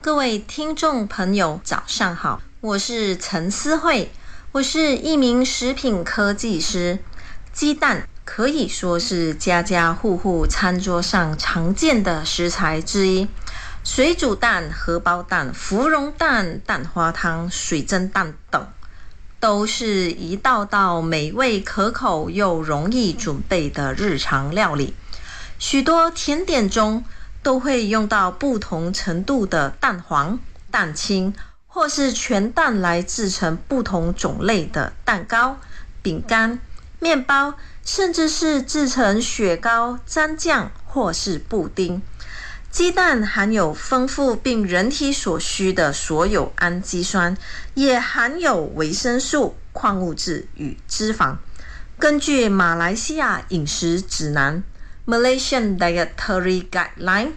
各位听众朋友早上好，我是陈思慧，我是一名食品科技师。鸡蛋可以说是家家户户餐桌上常见的食材之一，水煮蛋、荷包蛋、芙蓉蛋、蛋花汤、水蒸蛋等都是一道道美味可口又容易准备的日常料理。许多甜点中都会用到不同程度的蛋黄、蛋清或是全蛋来制成不同种类的蛋糕、饼干、面包，甚至是制成雪糕、蘸酱或是布丁。鸡蛋含有丰富并人体所需的所有氨基酸，也含有维生素、矿物质与脂肪。根据马来西亚饮食指南 Malaysian Dietary Guideline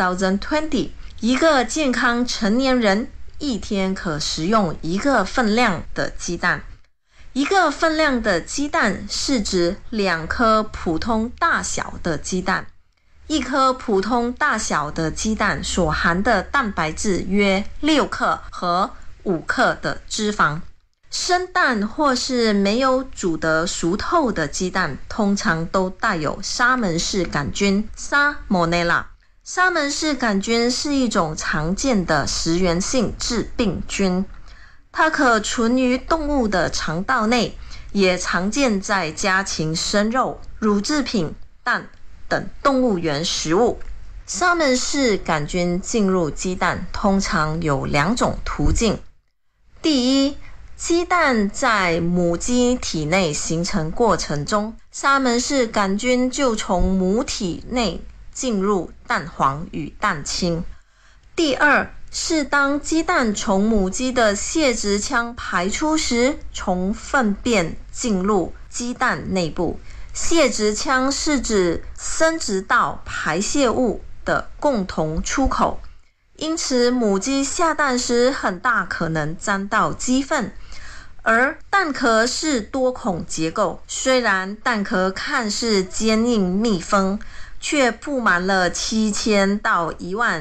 2020， 一个健康成年人一天可食用一个分量的鸡蛋。一个分量的鸡蛋是指2颗普通大小的鸡蛋。1颗普通大小的鸡蛋所含的蛋白质约6克和5克的脂肪。生蛋或是没有煮得熟透的鸡蛋，通常都带有沙门氏杆菌 Salmonella。沙门氏杆菌是一种常见的食源性致病菌，它可存于动物的肠道内，也常见在家禽生肉、乳制品、蛋等动物源食物。沙门氏杆菌进入鸡蛋通常有2种途径。第一，鸡蛋在母鸡体内形成过程中，沙门氏杆菌就从母体内进入蛋黄与蛋清。第二，是当鸡蛋从母鸡的泄殖腔排出时，从粪便进入鸡蛋内部。泄殖腔是指生殖道排泄物的共同出口，因此母鸡下蛋时很大可能沾到鸡粪。而蛋壳是多孔结构，虽然蛋壳看似坚硬密封，却布满了7000到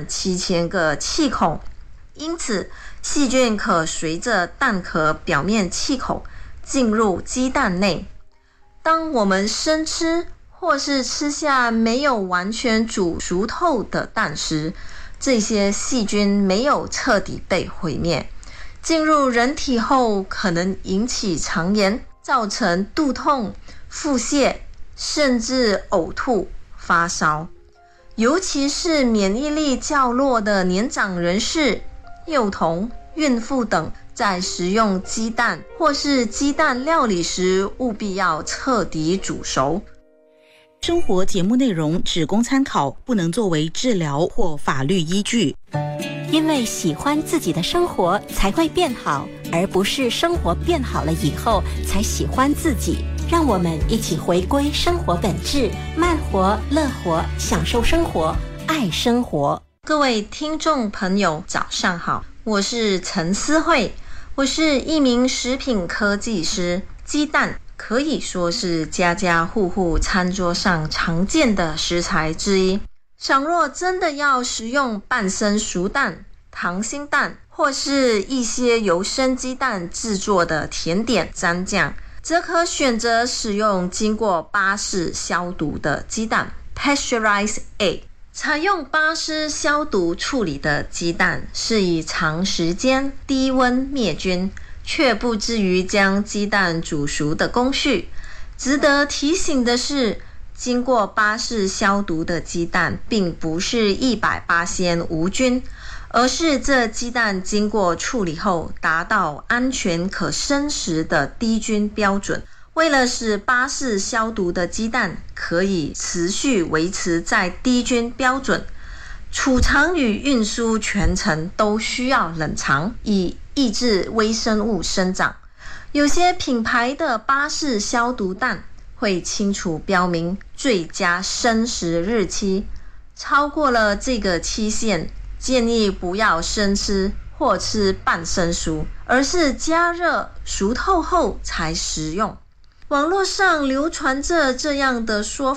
17000个气孔，因此细菌可随着蛋壳表面气孔进入鸡蛋内。当我们生吃或是吃下没有完全煮熟透的蛋时，这些细菌没有彻底被毁灭，进入人体后可能引起肠炎，造成肚痛、腹泻，甚至呕吐、发烧。尤其是免疫力较弱的年长人士、幼童、孕妇等，在食用鸡蛋或是鸡蛋料理时，务必要彻底煮熟。 生活节目内容只供参考，不能作为治疗或法律依据。 因为喜欢自己的生活才会变好，而不是生活变好了以后才喜欢自己。让我们一起回归生活本质，慢活、乐活，享受生活，爱生活。 各位听众朋友早上好，我是陈思慧，我是一名食品科技师。鸡蛋可以说是家家户户餐桌上常见的食材之一。倘若真的要食用半生熟蛋、溏心蛋或是一些由生鸡蛋制作的甜点蘸酱，则可选择使用经过巴氏消毒的鸡蛋 Pasteurized egg。 采用巴氏消毒处理的鸡蛋是以长时间低温灭菌，却不至于将鸡蛋煮熟的工序。值得提醒的是，经过巴氏消毒的鸡蛋并不是100%无菌，而是这鸡蛋经过处理后达到安全可生食的低菌标准。为了使巴氏消毒的鸡蛋可以持续维持在低菌标准，储藏与运输全程都需要冷藏，以抑制微生物生长。有些品牌的巴氏消毒蛋会清楚标明最佳生食日期，超过了这个期限，建议不要生吃或吃半生熟，而是加热熟透后才食用。网络上流传着这样的说法，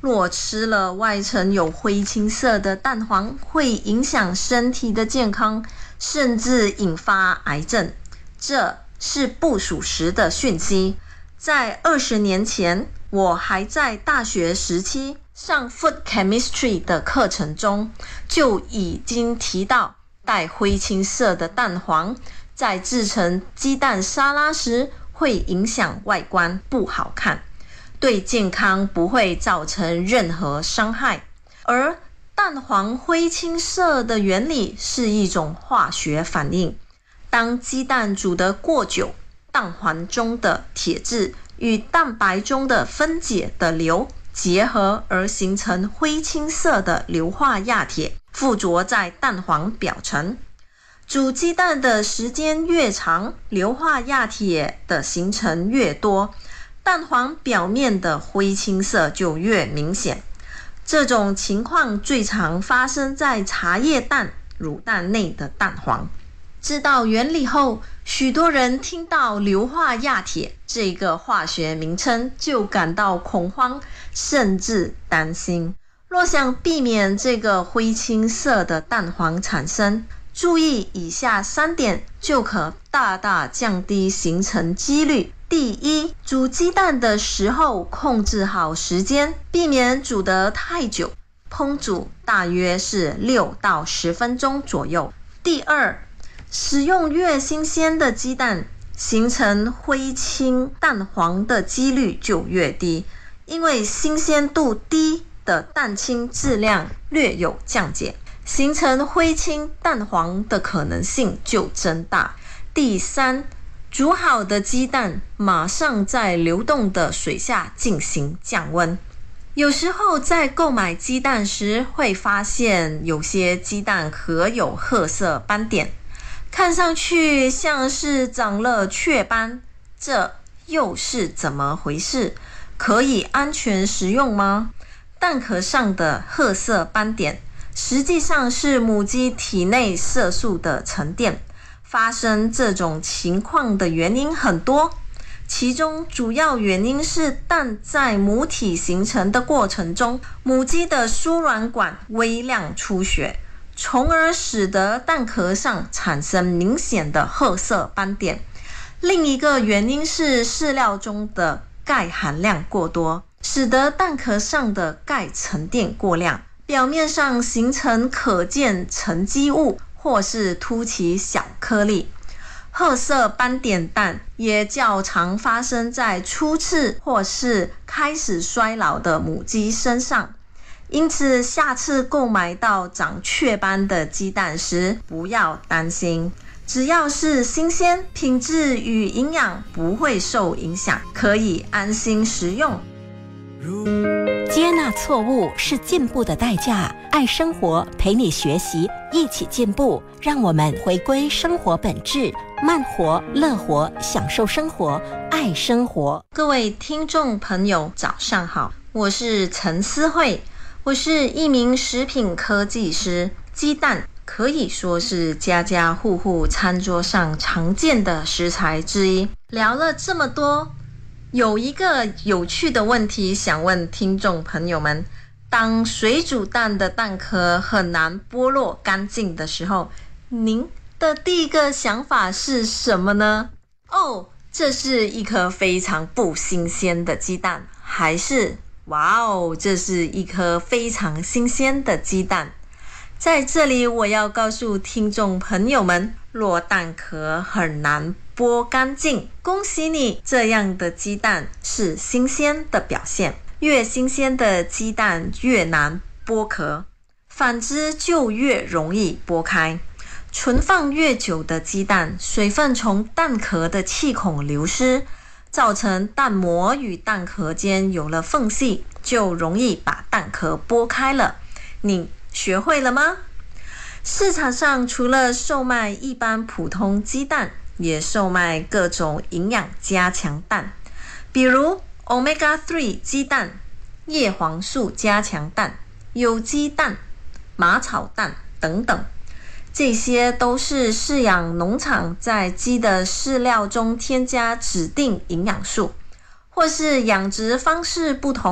若吃了外层有灰青色的蛋黄，会影响身体的健康，甚至引发癌症。这是不属实的讯息。在20年前，我还在大学时期上 Food Chemistry 的课程中，就已经提到带灰青色的蛋黄在制成鸡蛋沙拉时会影响外观，不好看，对健康不会造成任何伤害。而蛋黄灰青色的原理是一种化学反应，当鸡蛋煮得过久，蛋黄中的铁质与蛋白中的分解的硫结合而形成灰青色的硫化亚铁，附着在蛋黄表层。煮鸡蛋的时间越长，硫化亚铁的形成越多，蛋黄表面的灰青色就越明显。这种情况最常发生在茶叶蛋、乳蛋内的蛋黄。知道原理后，许多人听到硫化亚铁这个化学名称就感到恐慌，甚至担心。若想避免这个灰青色的蛋黄产生，注意以下3点就可大大降低形成几率。第一，煮鸡蛋的时候控制好时间，避免煮得太久，烹煮大约是6到10分钟左右。第二，使用越新鲜的鸡蛋，形成灰青蛋黄的几率就越低，因为新鲜度低的蛋清质量略有降解，形成灰青蛋黄的可能性就增大。第三，煮好的鸡蛋马上在流动的水下进行降温。有时候在购买鸡蛋时会发现有些鸡蛋可有褐色斑点，看上去像是长了雀斑，这又是怎么回事？可以安全食用吗？蛋壳上的褐色斑点实际上是母鸡体内色素的沉淀。发生这种情况的原因很多，其中主要原因是蛋在母体形成的过程中，母鸡的输卵管微量出血，从而使得蛋壳上产生明显的褐色斑点。另一个原因是饲料中的钙含量过多，使得蛋壳上的钙沉淀过量，表面上形成可见沉积物或是凸起小颗粒。褐色斑点蛋也较常发生在初次或是开始衰老的母鸡身上，因此下次购买到长雀斑的鸡蛋时不要担心，只要是新鲜，品质与营养不会受影响，可以安心食用。 接纳错误是进步的代价，爱生活陪你学习，一起进步，让我们回归生活本质，慢活、乐活，享受生活，爱生活。 各位听众朋友早上好，我是陈思慧，我是一名食品科技师。鸡蛋可以说是家家户户餐桌上常见的食材之一。聊了这么多，有一个有趣的问题想问听众朋友们，当水煮蛋的蛋壳很难剥落干净的时候，您的第一个想法是什么呢？哦，这是一颗非常不新鲜的鸡蛋，还是哇哦，这是一颗非常新鲜的鸡蛋？在这里我要告诉听众朋友们，若蛋壳很难剥干净，恭喜你，这样的鸡蛋是新鲜的表现。越新鲜的鸡蛋越难剥壳，反之就越容易剥开。存放越久的鸡蛋，水分从蛋壳的气孔流失，造成蛋膜与蛋壳间有了缝隙，就容易把蛋壳剥开了。你学会了吗？市场上除了售卖一般普通鸡蛋，也售卖各种营养加强蛋，比如 Omega-3 鸡蛋、叶黄素加强蛋、有机蛋、马草蛋等等。这些都是饲养农场在鸡的饲料中添加指定营养素，或是养殖方式不同，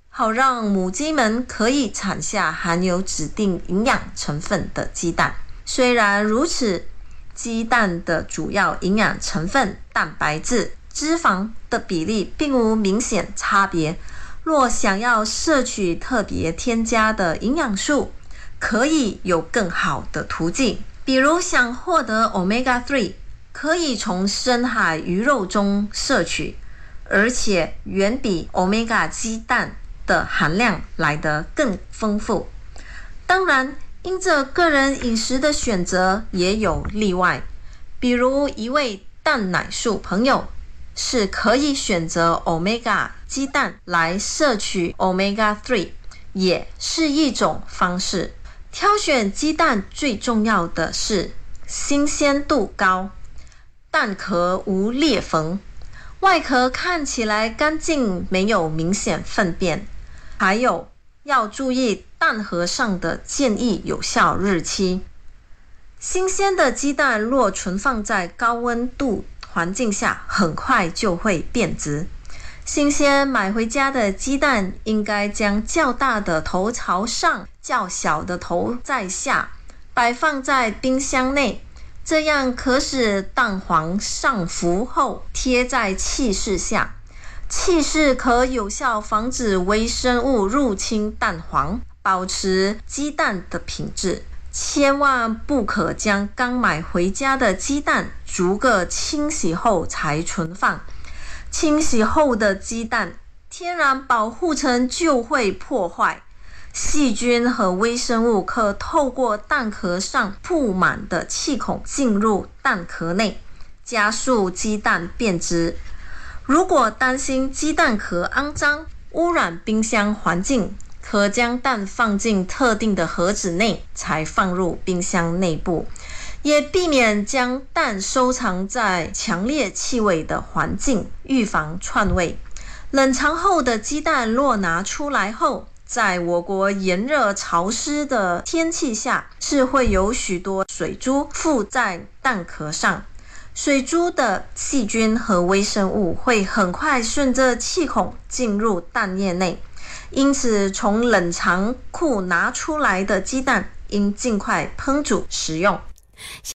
好让母鸡们可以产下含有指定营养成分的鸡蛋。虽然如此，鸡蛋的主要营养成分蛋白质、脂肪的比例并无明显差别。若想要摄取特别添加的营养素，可以有更好的途径，比如想获得 Omega-3， 可以从深海鱼肉中摄取，而且远比 Omega 鸡蛋的含量来得更丰富。当然，因着个人饮食的选择也有例外，比如一位蛋奶素朋友是可以选择 Omega 鸡蛋来摄取 Omega-3， 也是一种方式。挑选鸡蛋最重要的是新鲜度高，蛋壳无裂缝，外壳看起来干净，没有明显粪便。还有要注意蛋盒上的建议有效日期。新鲜的鸡蛋若存放在高温度环境下，很快就会变质。新鲜买回家的鸡蛋应该将较大的头朝上，较小的头在下，摆放在冰箱内，这样可使蛋黄上浮后贴在气室下，气室可有效防止微生物入侵蛋黄，保持鸡蛋的品质。千万不可将刚买回家的鸡蛋逐个清洗后才存放，清洗后的鸡蛋天然保护层就会破坏，细菌和微生物可透过蛋壳上铺满的气孔进入蛋壳内，加速鸡蛋变质。如果担心鸡蛋壳肮脏，污染冰箱环境，可将蛋放进特定的盒子内，才放入冰箱内部，也避免将蛋收藏在强烈气味的环境，预防串味。冷藏后的鸡蛋若拿出来后，在我国炎热潮湿的天气下，是会有许多水珠附在蛋壳上，水珠的细菌和微生物会很快顺着气孔进入蛋液内，因此从冷藏库拿出来的鸡蛋应尽快烹煮食用。